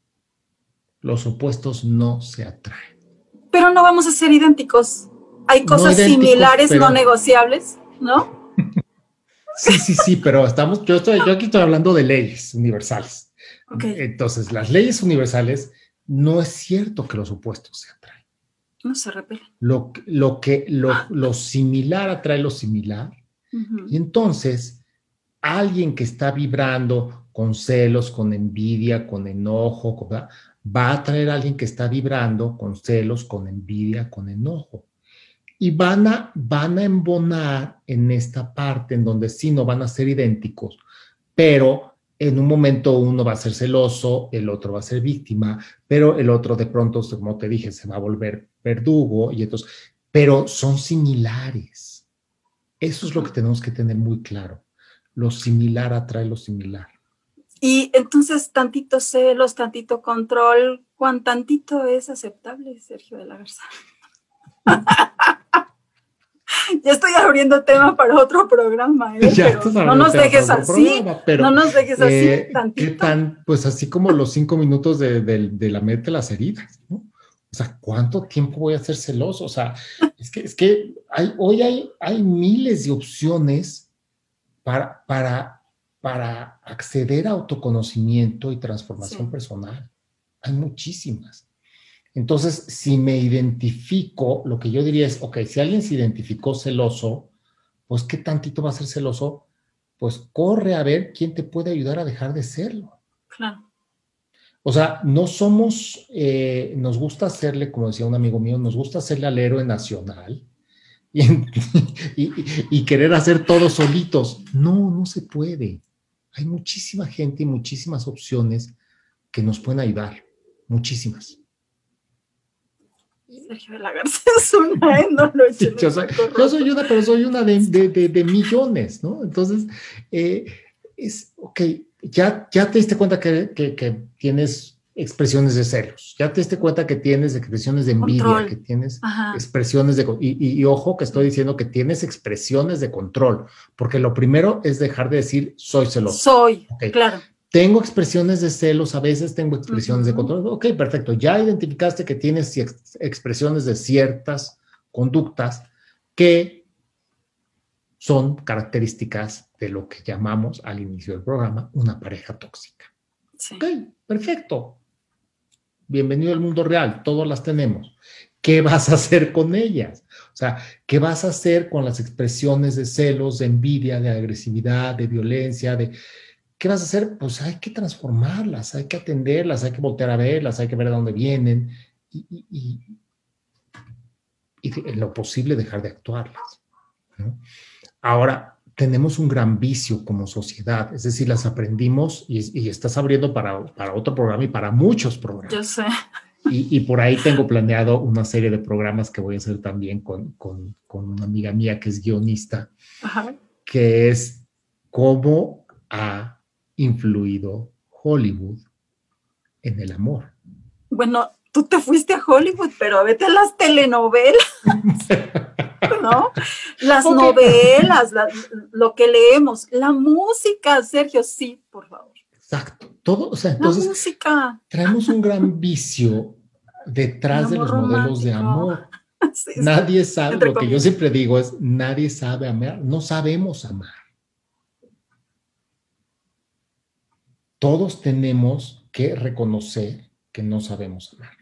Los opuestos no se atraen. Pero no vamos a ser idénticos. Hay cosas no similares, pero... no negociables, ¿no? Sí, sí, sí, pero estamos, yo, estoy, yo aquí estoy hablando de leyes universales. Okay. Entonces, las leyes universales, no es cierto que los opuestos se atraen. No se repelen. Lo, lo, que, lo, lo similar atrae lo similar. Uh-huh. Y entonces, alguien que está vibrando con celos, con envidia, con enojo, con, va a atraer a alguien que está vibrando con celos, con envidia, con enojo. Y van a, van a embonar en esta parte en donde sí no van a ser idénticos, pero en un momento uno va a ser celoso, el otro va a ser víctima, pero el otro de pronto, como te dije, se va a volver verdugo, y entonces, pero son similares. Eso es lo que tenemos que tener muy claro. Lo similar atrae lo similar. Y entonces, tantito celos, tantito control, ¿cuán tantito es aceptable, Sergio de la Garza? Ya estoy abriendo tema para otro programa, ¿eh? Pero no nos dejes así, programa, pero, no nos dejes así, eh, tantito. ¿Qué tan? Pues así como los cinco minutos de, de, de la mente las heridas, ¿no? O sea, ¿cuánto tiempo voy a ser celoso? O sea, es que, es que hay, hoy hay, hay miles de opciones para, para, para acceder a autoconocimiento y transformación sí. personal. Hay muchísimas. Entonces, si me identifico, lo que yo diría es, ok, si alguien se identificó celoso, pues ¿qué tantito va a ser celoso? Pues corre a ver quién te puede ayudar a dejar de serlo. Claro. O sea, no somos, eh, nos gusta hacerle, como decía un amigo mío, nos gusta hacerle al héroe nacional y, y, y querer hacer todo solitos. No, no se puede. Hay muchísima gente y muchísimas opciones que nos pueden ayudar, muchísimas. Sergio de la Garza es una, ¿eh? No lo he hecho. Yo soy, yo soy una, pero soy una de, de, de, de millones, ¿no? Entonces, eh, es, ok, ya, ya te diste cuenta que, que, que tienes expresiones de celos, ya te diste cuenta que tienes expresiones de envidia, control. Que tienes Ajá. expresiones de... Y, y, y ojo que estoy diciendo que tienes expresiones de control, porque lo primero es dejar de decir soy celoso. Soy, okay. Claro. Tengo expresiones de celos, a veces tengo expresiones uh-huh. de control. Ok, perfecto. Ya identificaste que tienes ex- expresiones de ciertas conductas que son características de lo que llamamos al inicio del programa una pareja tóxica. Sí. Ok, perfecto. Bienvenido al mundo real, todas las tenemos. ¿Qué vas a hacer con ellas? O sea, ¿qué vas a hacer con las expresiones de celos, de envidia, de agresividad, de violencia, de... ¿Qué vas a hacer? Pues hay que transformarlas, hay que atenderlas, hay que voltear a verlas, hay que ver de dónde vienen y, y, y, y en lo posible dejar de actuarlas, ¿no? Ahora, tenemos un gran vicio como sociedad, es decir, las aprendimos y, y estás abriendo para, para otro programa y para muchos programas. Yo sé. Y, y por ahí tengo planeado una serie de programas que voy a hacer también con, con, con una amiga mía que es guionista, Ajá. que es cómo a influido Hollywood en el amor. Bueno, tú te fuiste a Hollywood, pero vete a las telenovelas, ¿no? Las okay. novelas, la, lo que leemos, la música, Sergio, sí, por favor. Exacto. Todo, o sea, entonces la música. Traemos un gran vicio detrás de los romántico. modelos de amor. Sí, nadie sabe, lo que yo siempre digo es, nadie sabe amar, no sabemos amar. Todos tenemos que reconocer que no sabemos amar.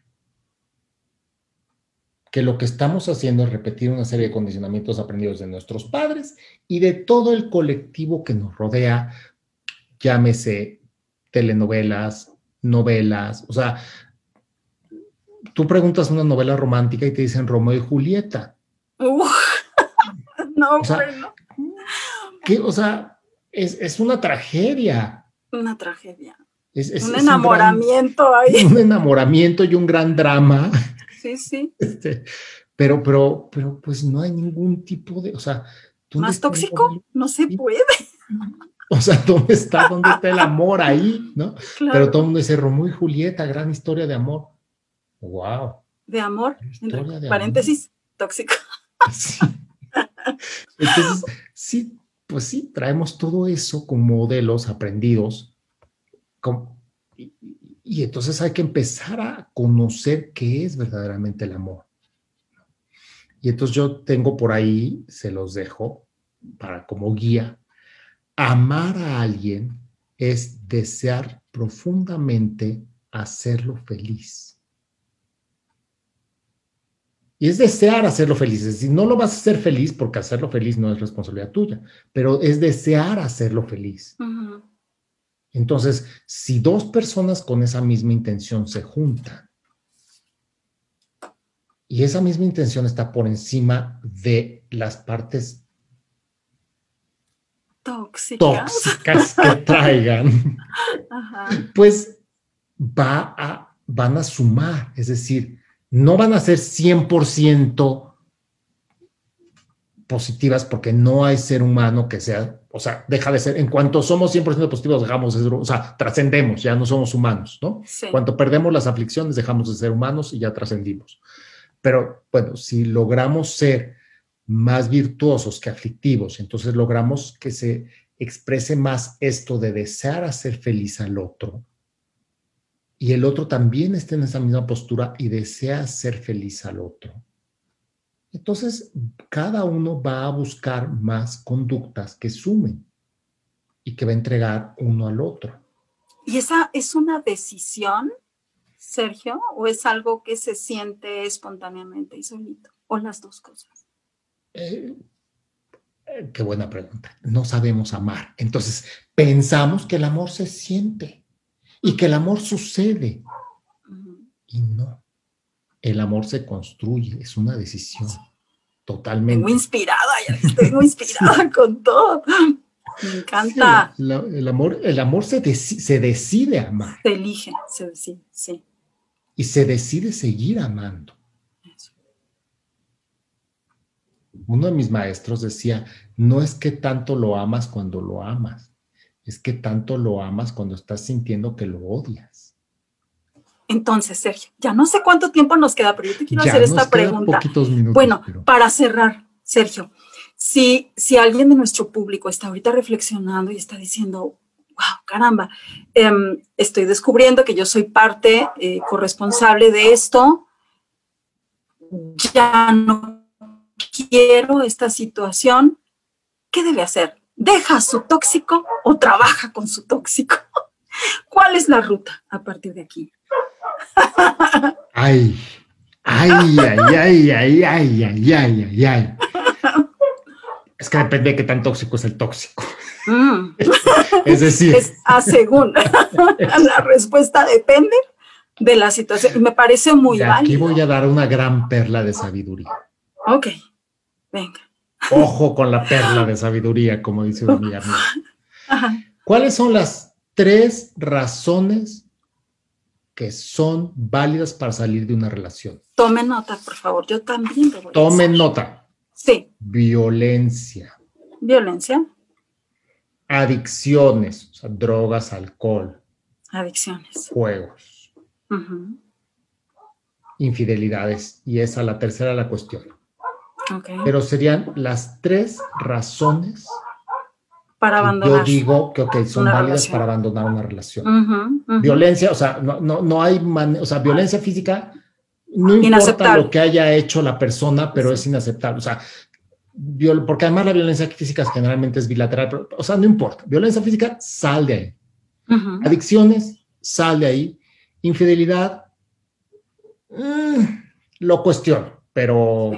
Que lo que estamos haciendo es repetir una serie de condicionamientos aprendidos de nuestros padres y de todo el colectivo que nos rodea, llámese telenovelas, novelas, o sea, tú preguntas una novela romántica y te dicen Romeo y Julieta. Uh, no, o sea, bueno. ¿qué? O sea, es, es una tragedia. Una tragedia. Es, es, un es enamoramiento un gran, ahí. Un enamoramiento y un gran drama. Sí, sí. Este, pero, pero, pero, pues no hay ningún tipo de, o sea... ¿Más tóxico? No se puede. O sea, ¿dónde está, dónde está el amor ahí, no? Claro. Pero todo el mundo dice, Romeo y Julieta, gran historia de amor. Wow. De amor, historia de paréntesis, amor. Tóxico. Sí. Entonces, sí, pues sí, traemos todo eso con modelos aprendidos. Con, y, y entonces hay que empezar a conocer qué es verdaderamente el amor. Y entonces yo tengo por ahí, se los dejo para como guía. Amar a alguien es desear profundamente hacerlo feliz. Y es desear hacerlo feliz. Es decir, no lo vas a hacer feliz porque hacerlo feliz no es responsabilidad tuya, pero es desear hacerlo feliz. Uh-huh. Entonces, si dos personas con esa misma intención se juntan y esa misma intención está por encima de las partes tóxicas, tóxicas que traigan, Ajá. pues va a, van a sumar, es decir, no van a ser cien por ciento positivas porque no hay ser humano que sea, o sea, deja de ser, en cuanto somos cien por ciento positivos, dejamos de ser, o sea, trascendemos, ya no somos humanos, ¿no? Sí. Cuando perdemos las aflicciones, dejamos de ser humanos y ya trascendimos. Pero, bueno, si logramos ser más virtuosos que aflictivos, entonces logramos que se exprese más esto de desear hacer feliz al otro, y el otro también esté en esa misma postura y desea hacer feliz al otro. Entonces, cada uno va a buscar más conductas que sumen y que va a entregar uno al otro. ¿Y esa es una decisión, Sergio, o es algo que se siente espontáneamente y solito? ¿O las dos cosas? Eh, eh, qué buena pregunta. No sabemos amar. Entonces, pensamos que el amor se siente. Y que el amor sucede. Uh-huh. Y no. El amor se construye, es una decisión. Totalmente. Estoy muy inspirada, ya estoy muy inspirada sí. con todo. Me encanta. Sí, la, la, el amor, el amor se, deci se decide amar. Se elige, se decide, sí. Y se decide seguir amando. Eso. Uno de mis maestros decía, no es que tanto lo amas cuando lo amas, es que tanto lo amas cuando estás sintiendo que lo odias. Entonces, Sergio, ya no sé cuánto tiempo nos queda, pero yo te quiero ya hacer esta nos quedan pregunta. Poquitos minutos, bueno, pero... para cerrar, Sergio, si, si alguien de nuestro público está ahorita reflexionando y está diciendo, wow, caramba, eh, estoy descubriendo que yo soy parte eh, corresponsable de esto, ya no quiero esta situación, ¿qué debe hacer? ¿Deja a su tóxico o trabaja con su tóxico? ¿Cuál es la ruta a partir de aquí? Ay, ay, ay, ay, ay, ay, ay, ay, ay, ay. Es que depende de qué tan tóxico es el tóxico. Mm. Es decir... Es a según. La respuesta depende de la situación. Y me parece muy de aquí válido. voy a dar una gran perla de sabiduría. Ok, venga. Ojo con la perla de sabiduría, como dice una amiga mía. ¿Cuáles son las tres razones que son válidas para salir de una relación? Tomen nota, por favor. Yo también lo voy a Tomen hacer. nota. Sí. Violencia. Violencia. Adicciones, o sea, drogas, alcohol. Adicciones. Juegos. Uh-huh. Infidelidades. Y esa, la tercera, la cuestión. Okay. Pero serían las tres razones para abandonar. Yo digo que okay, son válidas relación. Para abandonar una relación. Uh-huh, uh-huh. Violencia, o sea, no, no, no hay, man, o sea, violencia física, no importa lo que haya hecho la persona, pero sí. Es inaceptable. O sea, viol, porque además la violencia física generalmente es bilateral, pero, o sea, no importa. Violencia física, sal de ahí. Uh-huh. Adicciones, sal de ahí. Infidelidad, mmm, lo cuestiono, pero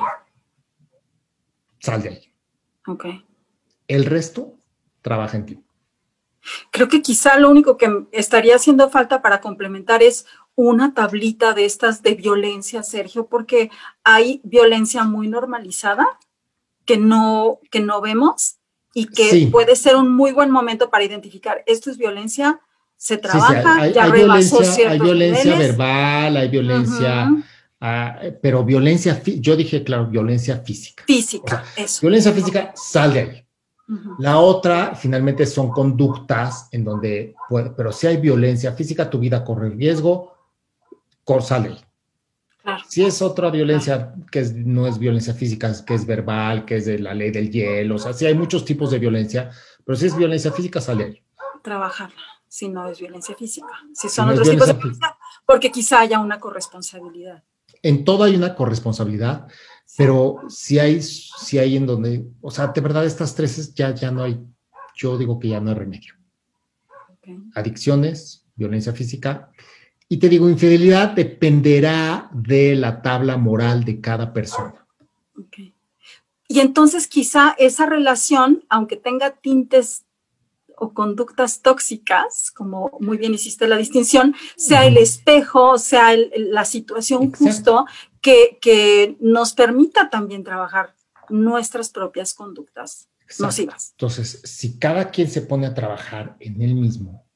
sal de ahí. Ok. El resto, trabaja en ti. Creo que quizá lo único que estaría haciendo falta para complementar es una tablita de estas de violencia, Sergio, porque hay violencia muy normalizada que no, que no vemos y que sí. Puede ser un muy buen momento para identificar esto es violencia, se trabaja, sí, sí, hay, ya hay rebasó violencia, ciertos hay violencia niveles. verbal, hay violencia, uh-huh. uh, pero violencia, yo dije, claro, violencia física. Física, o sea, eso. Violencia física, sal de ahí. Uh-huh. La otra, finalmente, son conductas en donde, puede, pero si hay violencia física, tu vida corre riesgo, sale ahí. Claro. Si es otra violencia claro. que es, no es violencia física, que es verbal, que es de la ley del hielo, o sea, sí hay muchos tipos de violencia, pero si es violencia física, sale ahí. Trabajarla, si no es violencia física, si son si otros no tipos de violencia, porque quizá haya una corresponsabilidad. En todo hay una corresponsabilidad, pero si hay, si hay en donde, o sea, de verdad estas tres ya, ya no hay, yo digo que ya no hay remedio. Okay. Adicciones, violencia física, y te digo, infidelidad dependerá de la tabla moral de cada persona. Okay. Y entonces quizá esa relación, aunque tenga tintes o conductas tóxicas, como muy bien hiciste la distinción, sea uh-huh. el espejo, sea el, la situación Exacto. justo que, que nos permita también trabajar nuestras propias conductas Exacto. nocivas. Entonces, si cada quien se pone a trabajar en él mismo,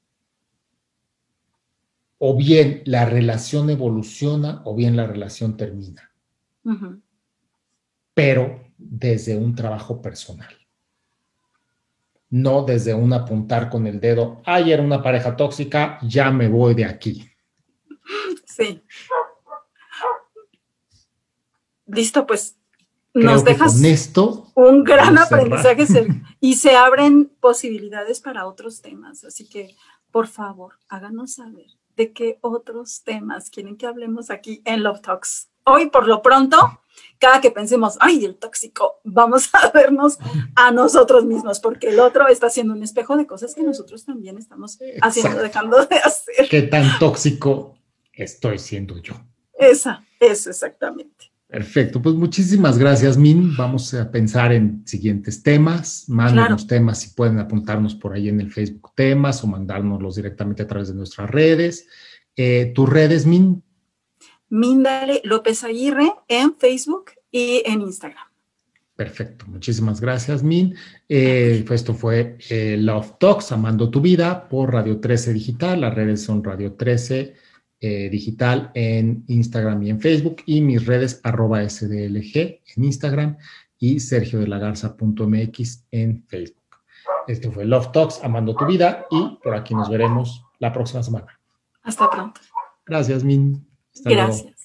o bien la relación evoluciona o bien la relación termina, uh-huh. pero desde un trabajo personal. No desde un apuntar con el dedo, ay, era una pareja tóxica, ya me voy de aquí. Sí. Listo, pues Creo nos dejas con esto un gran aprendizaje y se abren posibilidades para otros temas. Así que, por favor, háganos saber de qué otros temas quieren que hablemos aquí en Love Talks. Hoy, por lo pronto, cada que pensemos, ay, el tóxico, vamos a vernos a nosotros mismos, porque el otro está haciendo un espejo de cosas que nosotros también estamos haciendo, Exacto. dejando de hacer. ¿Qué tan tóxico estoy siendo yo? Esa, eso exactamente. Perfecto, pues muchísimas gracias, Min. Vamos a pensar en siguientes temas. Mándenos claro. temas, si pueden apuntarnos por ahí en el Facebook temas o mandárnoslos directamente a través de nuestras redes. Eh, ¿Tus redes, Min? Mindale López Aguirre en Facebook y en Instagram. Perfecto, muchísimas gracias, Min. Eh, pues esto fue eh, Love Talks, Amando tu Vida, por Radio trece Digital. Las redes son Radio trece eh, Digital en Instagram y en Facebook, y mis redes arroba S D L G en Instagram y sergio de la garza punto m x en Facebook. Esto fue Love Talks, Amando tu Vida, y por aquí nos veremos la próxima semana. Hasta pronto. Gracias, Min. Hasta Gracias. luego.